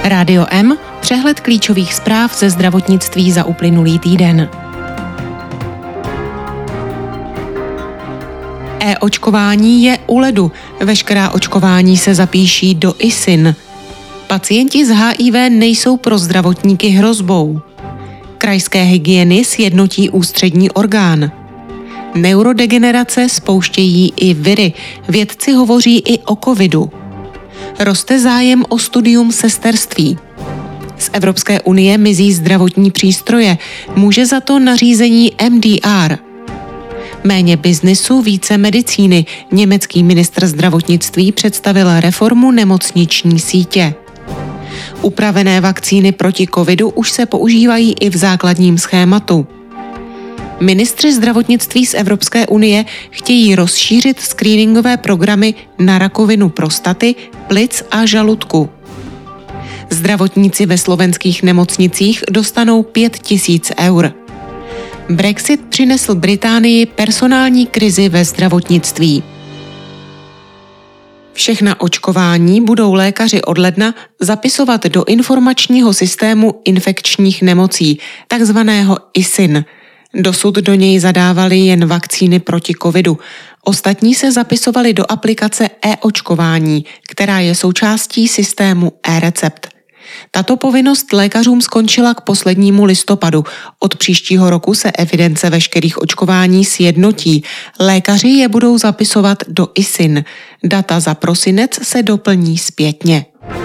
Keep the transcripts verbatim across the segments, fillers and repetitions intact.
Rádio M, přehled klíčových zpráv ze zdravotnictví za uplynulý týden. E-očkování je u ledu. Veškerá očkování se zapíší do I S I N. Pacienti s H I V nejsou pro zdravotníky hrozbou. Krajské hygieny sjednotí ústřední orgán. Neurodegenerace spouštějí i viry. Vědci hovoří i o covidu. Roste zájem o studium sesterství. Z Evropské unie mizí zdravotní přístroje. Může za to nařízení M D R. Méně biznisu, více medicíny. Německý ministr zdravotnictví představil reformu nemocniční sítě. Upravené vakcíny proti covidu už se používají i v základním schématu. Ministři zdravotnictví z Evropské unie chtějí rozšířit screeningové programy na rakovinu prostaty, plic a žaludku. Zdravotníci ve slovenských nemocnicích dostanou pět tisíc eur. Brexit přinesl Británii personální krizi ve zdravotnictví. Všechna očkování budou lékaři od ledna zapisovat do informačního systému infekčních nemocí, takzvaného I S I N. Dosud do něj zadávali jen vakcíny proti covidu. Ostatní se zapisovali do aplikace e-očkování, která je součástí systému e-recept. Tato povinnost lékařům skončila k poslednímu listopadu. Od příštího roku se evidence veškerých očkování sjednotí. Lékaři je budou zapisovat do I S I N. Data za prosinec se doplní zpětně.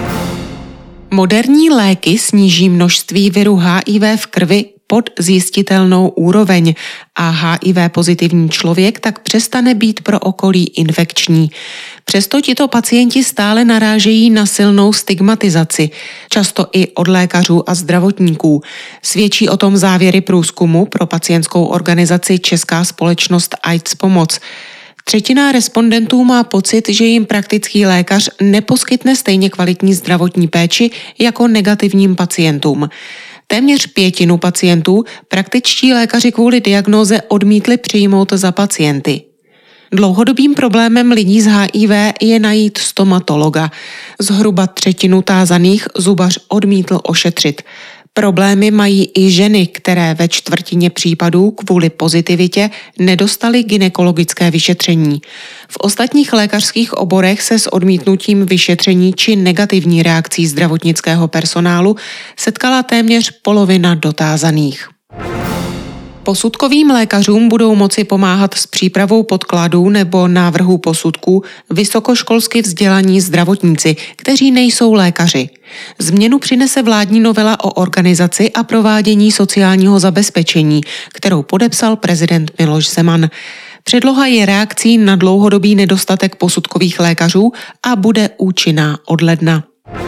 Moderní léky sníží množství viru H I V v krvi pod zjistitelnou úroveň a H I V pozitivní člověk tak přestane být pro okolí infekční. Přesto tito pacienti stále narážejí na silnou stigmatizaci, často i od lékařů a zdravotníků. Svědčí o tom závěry průzkumu pro pacientskou organizaci Česká společnost AIDS Pomoc. Třetina respondentů má pocit, že jim praktický lékař neposkytne stejně kvalitní zdravotní péči jako negativním pacientům. Téměř pětinu pacientů praktičtí lékaři kvůli diagnóze odmítli přijmout za pacienty. Dlouhodobým problémem lidí s H I V je najít stomatologa. Zhruba třetinu tázaných zubař odmítl ošetřit. Problémy mají i ženy, které ve čtvrtině případů kvůli pozitivitě nedostaly gynekologické vyšetření. V ostatních lékařských oborech se s odmítnutím vyšetření či negativní reakcí zdravotnického personálu setkala téměř polovina dotázaných. Posudkovým lékařům budou moci pomáhat s přípravou podkladů nebo návrhů posudků vysokoškolsky vzdělaní zdravotníci, kteří nejsou lékaři. Změnu přinese vládní novela o organizaci a provádění sociálního zabezpečení, kterou podepsal prezident Miloš Zeman. Předloha je reakcí na dlouhodobý nedostatek posudkových lékařů a bude účinná od ledna.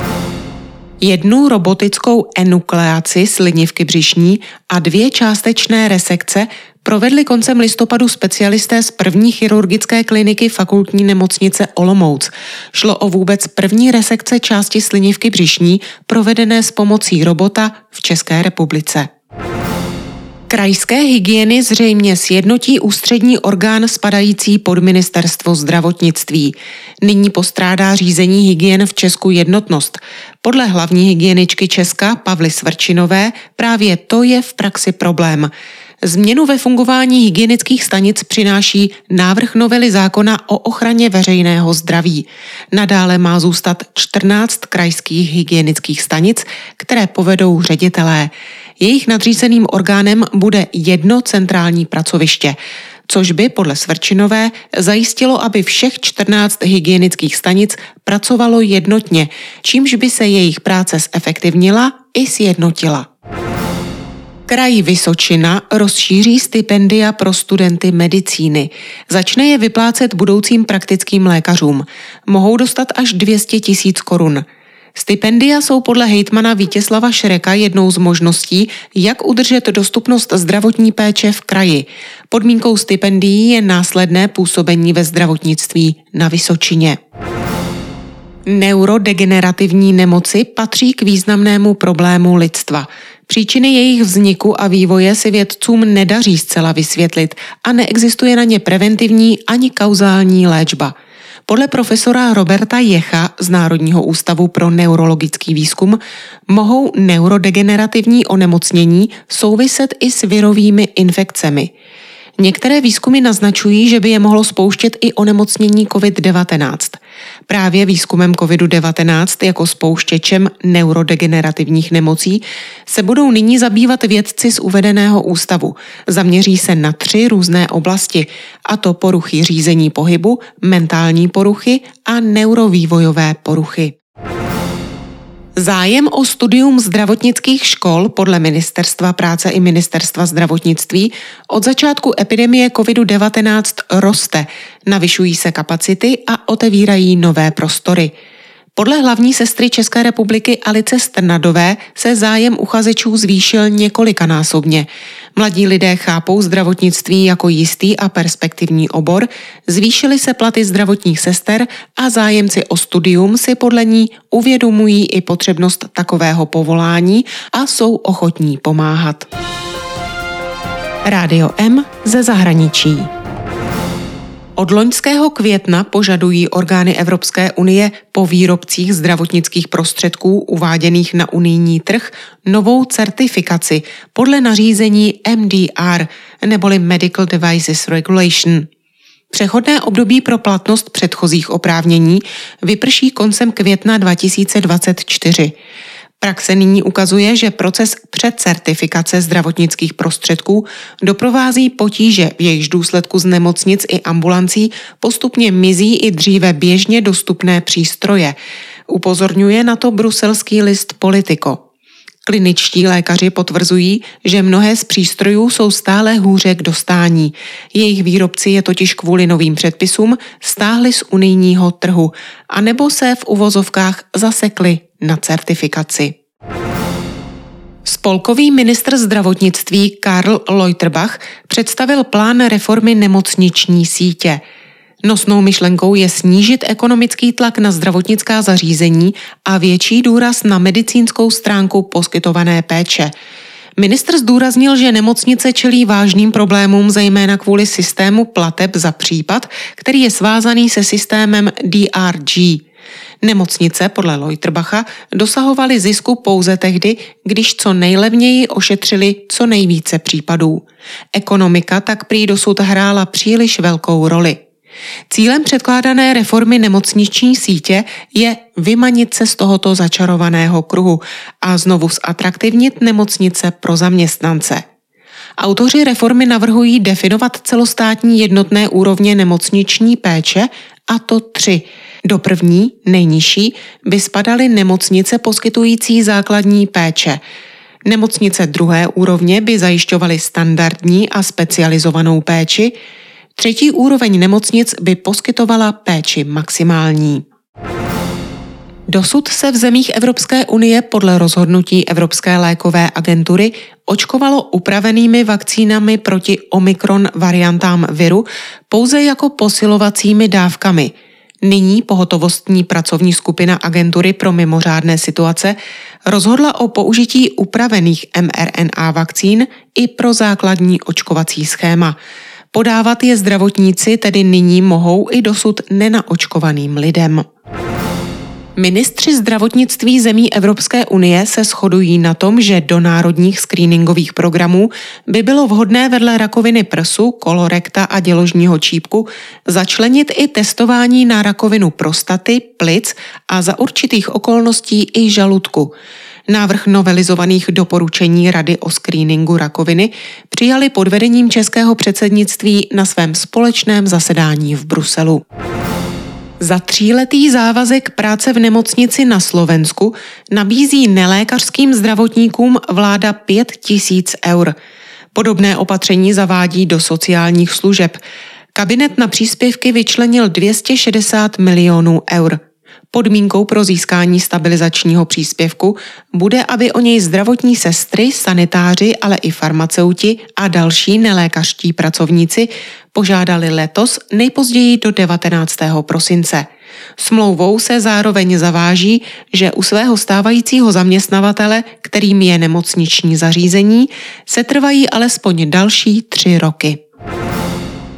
Jednu robotickou enukleaci slinivky břišní a dvě částečné resekce provedli koncem listopadu specialisté z první chirurgické kliniky Fakultní nemocnice Olomouc. Šlo o vůbec první resekce části slinivky břišní provedené s pomocí robota v České republice. Krajské hygieny zřejmě sjednotí ústřední orgán spadající pod ministerstvo zdravotnictví. Nyní postrádá řízení hygien v Česku jednotnost. Podle hlavní hygieničky Česka Pavly Svrčinové právě to je v praxi problém. Změnu ve fungování hygienických stanic přináší návrh novely zákona o ochraně veřejného zdraví. Nadále má zůstat čtrnáct krajských hygienických stanic, které povedou ředitelé. Jejich nadřízeným orgánem bude jedno centrální pracoviště, což by podle Svrčinové zajistilo, aby všech čtrnáct hygienických stanic pracovalo jednotně, čímž by se jejich práce zefektivnila i sjednotila. Kraj Vysočina rozšíří stipendia pro studenty medicíny. Začne je vyplácet budoucím praktickým lékařům. Mohou dostat až dvě stě tisíc korun. Stipendia jsou podle hejtmana Vítězslava Šreka jednou z možností, jak udržet dostupnost zdravotní péče v kraji. Podmínkou stipendií je následné působení ve zdravotnictví na Vysočině. Neurodegenerativní nemoci patří k významnému problému lidstva. Příčiny jejich vzniku a vývoje si vědcům nedaří zcela vysvětlit a neexistuje na ně preventivní ani kauzální léčba. Podle profesora Roberta Jecha z Národního ústavu pro neurologický výzkum mohou neurodegenerativní onemocnění souviset i s virovými infekcemi. Některé výzkumy naznačují, že by je mohlo spouštět i onemocnění covid devatenáct. Právě výzkumem covid devatenáct jako spouštěčem neurodegenerativních nemocí se budou nyní zabývat vědci z uvedeného ústavu. Zaměří se na tři různé oblasti, a to poruchy řízení pohybu, mentální poruchy a neurovývojové poruchy. Zájem o studium zdravotnických škol podle Ministerstva práce i Ministerstva zdravotnictví od začátku epidemie covid devatenáct roste, navyšují se kapacity a otevírají nové prostory. Podle hlavní sestry České republiky Alice Strnadové se zájem uchazečů zvýšil několikanásobně. Mladí lidé chápou zdravotnictví jako jistý a perspektivní obor, zvýšily se platy zdravotních sester a zájemci o studium si podle ní uvědomují i potřebnost takového povolání a jsou ochotní pomáhat. Rádio M ze zahraničí. Od loňského května požadují orgány Evropské unie po výrobcích zdravotnických prostředků uváděných na unijní trh novou certifikaci podle nařízení M D R neboli Medical Devices Regulation. Přechodné období pro platnost předchozích oprávnění vyprší koncem května dva tisíce dvacet čtyři. Praxe nyní ukazuje, že proces předcertifikace zdravotnických prostředků doprovází potíže, v jejichž důsledku z nemocnic i ambulancí postupně mizí i dříve běžně dostupné přístroje. Upozorňuje na to bruselský list Politico. Kliničtí lékaři potvrzují, že mnohé z přístrojů jsou stále hůře k dostání. Jejich výrobci je totiž kvůli novým předpisům stáhli z unijního trhu, anebo se v uvozovkách zasekli na certifikaci. Spolkový ministr zdravotnictví Karl Lauterbach představil plán reformy nemocniční sítě. Nosnou myšlenkou je snížit ekonomický tlak na zdravotnická zařízení a větší důraz na medicínskou stránku poskytované péče. Ministr zdůraznil, že nemocnice čelí vážným problémům zejména kvůli systému plateb za případ, který je svázaný se systémem D R G. Nemocnice podle Lauterbacha dosahovaly zisku pouze tehdy, když co nejlevněji ošetřili co nejvíce případů. Ekonomika tak prý dosud hrála příliš velkou roli. Cílem předkládané reformy nemocniční sítě je vymanit se z tohoto začarovaného kruhu a znovu zatraktivnit nemocnice pro zaměstnance. Autoři reformy navrhují definovat celostátní jednotné úrovně nemocniční péče, a to tři. Do první, nejnižší, by spadaly nemocnice poskytující základní péče. Nemocnice druhé úrovně by zajišťovaly standardní a specializovanou péči. Třetí úroveň nemocnic by poskytovala péči maximální. Dosud se v zemích Evropské unie podle rozhodnutí Evropské lékové agentury očkovalo upravenými vakcínami proti Omikron variantám viru pouze jako posilovacími dávkami. Nyní pohotovostní pracovní skupina agentury pro mimořádné situace rozhodla o použití upravených M R N A vakcín i pro základní očkovací schéma. Podávat je zdravotníci tedy nyní mohou i dosud nenaočkovaným lidem. Ministři zdravotnictví zemí Evropské unie se shodují na tom, že do národních screeningových programů by bylo vhodné vedle rakoviny prsu, kolorekta a děložního čípku začlenit i testování na rakovinu prostaty, plic a za určitých okolností i žaludku. Návrh novelizovaných doporučení Rady o screeningu rakoviny přijali pod vedením českého předsednictví na svém společném zasedání v Bruselu. Za tříletý závazek práce v nemocnici na Slovensku nabízí nelékařským zdravotníkům vláda pět tisíc eur. Podobné opatření zavádí do sociálních služeb. Kabinet na příspěvky vyčlenil dvě stě šedesát milionů eur. Podmínkou pro získání stabilizačního příspěvku bude, aby o něj zdravotní sestry, sanitáři, ale i farmaceuti a další nelékařští pracovníci požádali letos nejpozději do devatenáctého prosince. Smlouvou se zároveň zaváží, že u svého stávajícího zaměstnavatele, kterým je nemocniční zařízení, se trvají alespoň další tři roky.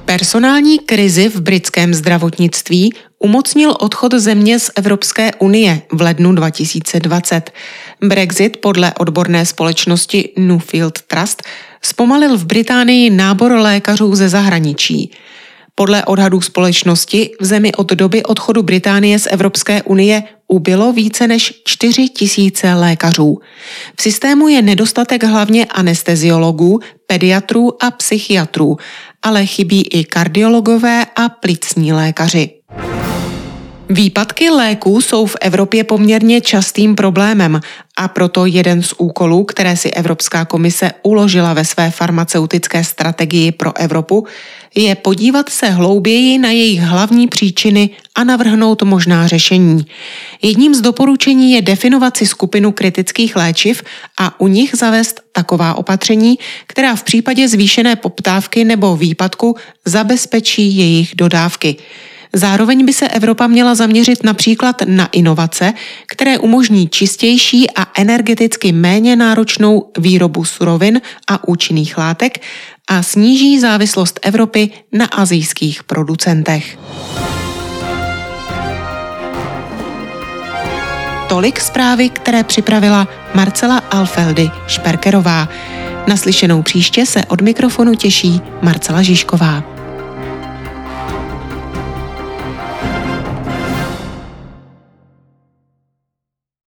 Personální krizi v britském zdravotnictví umocnil odchod země z Evropské unie v lednu dva tisíce dvacet. Brexit podle odborné společnosti Nuffield Trust zpomalil v Británii nábor lékařů ze zahraničí. Podle odhadů společnosti v zemi od doby odchodu Británie z Evropské unie ubylo více než čtyři tisíce lékařů. V systému je nedostatek hlavně anesteziologů, pediatrů a psychiatrů, ale chybí i kardiologové a plicní lékaři. Výpadky léků jsou v Evropě poměrně častým problémem a proto jeden z úkolů, které si Evropská komise uložila ve své farmaceutické strategii pro Evropu, je podívat se hlouběji na jejich hlavní příčiny a navrhnout možná řešení. Jedním z doporučení je definovat si skupinu kritických léčiv a u nich zavést taková opatření, která v případě zvýšené poptávky nebo výpadku zabezpečí jejich dodávky. Zároveň by se Evropa měla zaměřit například na inovace, které umožní čistější a energeticky méně náročnou výrobu surovin a účinných látek a sníží závislost Evropy na asijských producentech. Tolik zprávy, které připravila Marcela Alfeldy Šperkerová. Naslyšenou příště se od mikrofonu těší Marcela Žižková.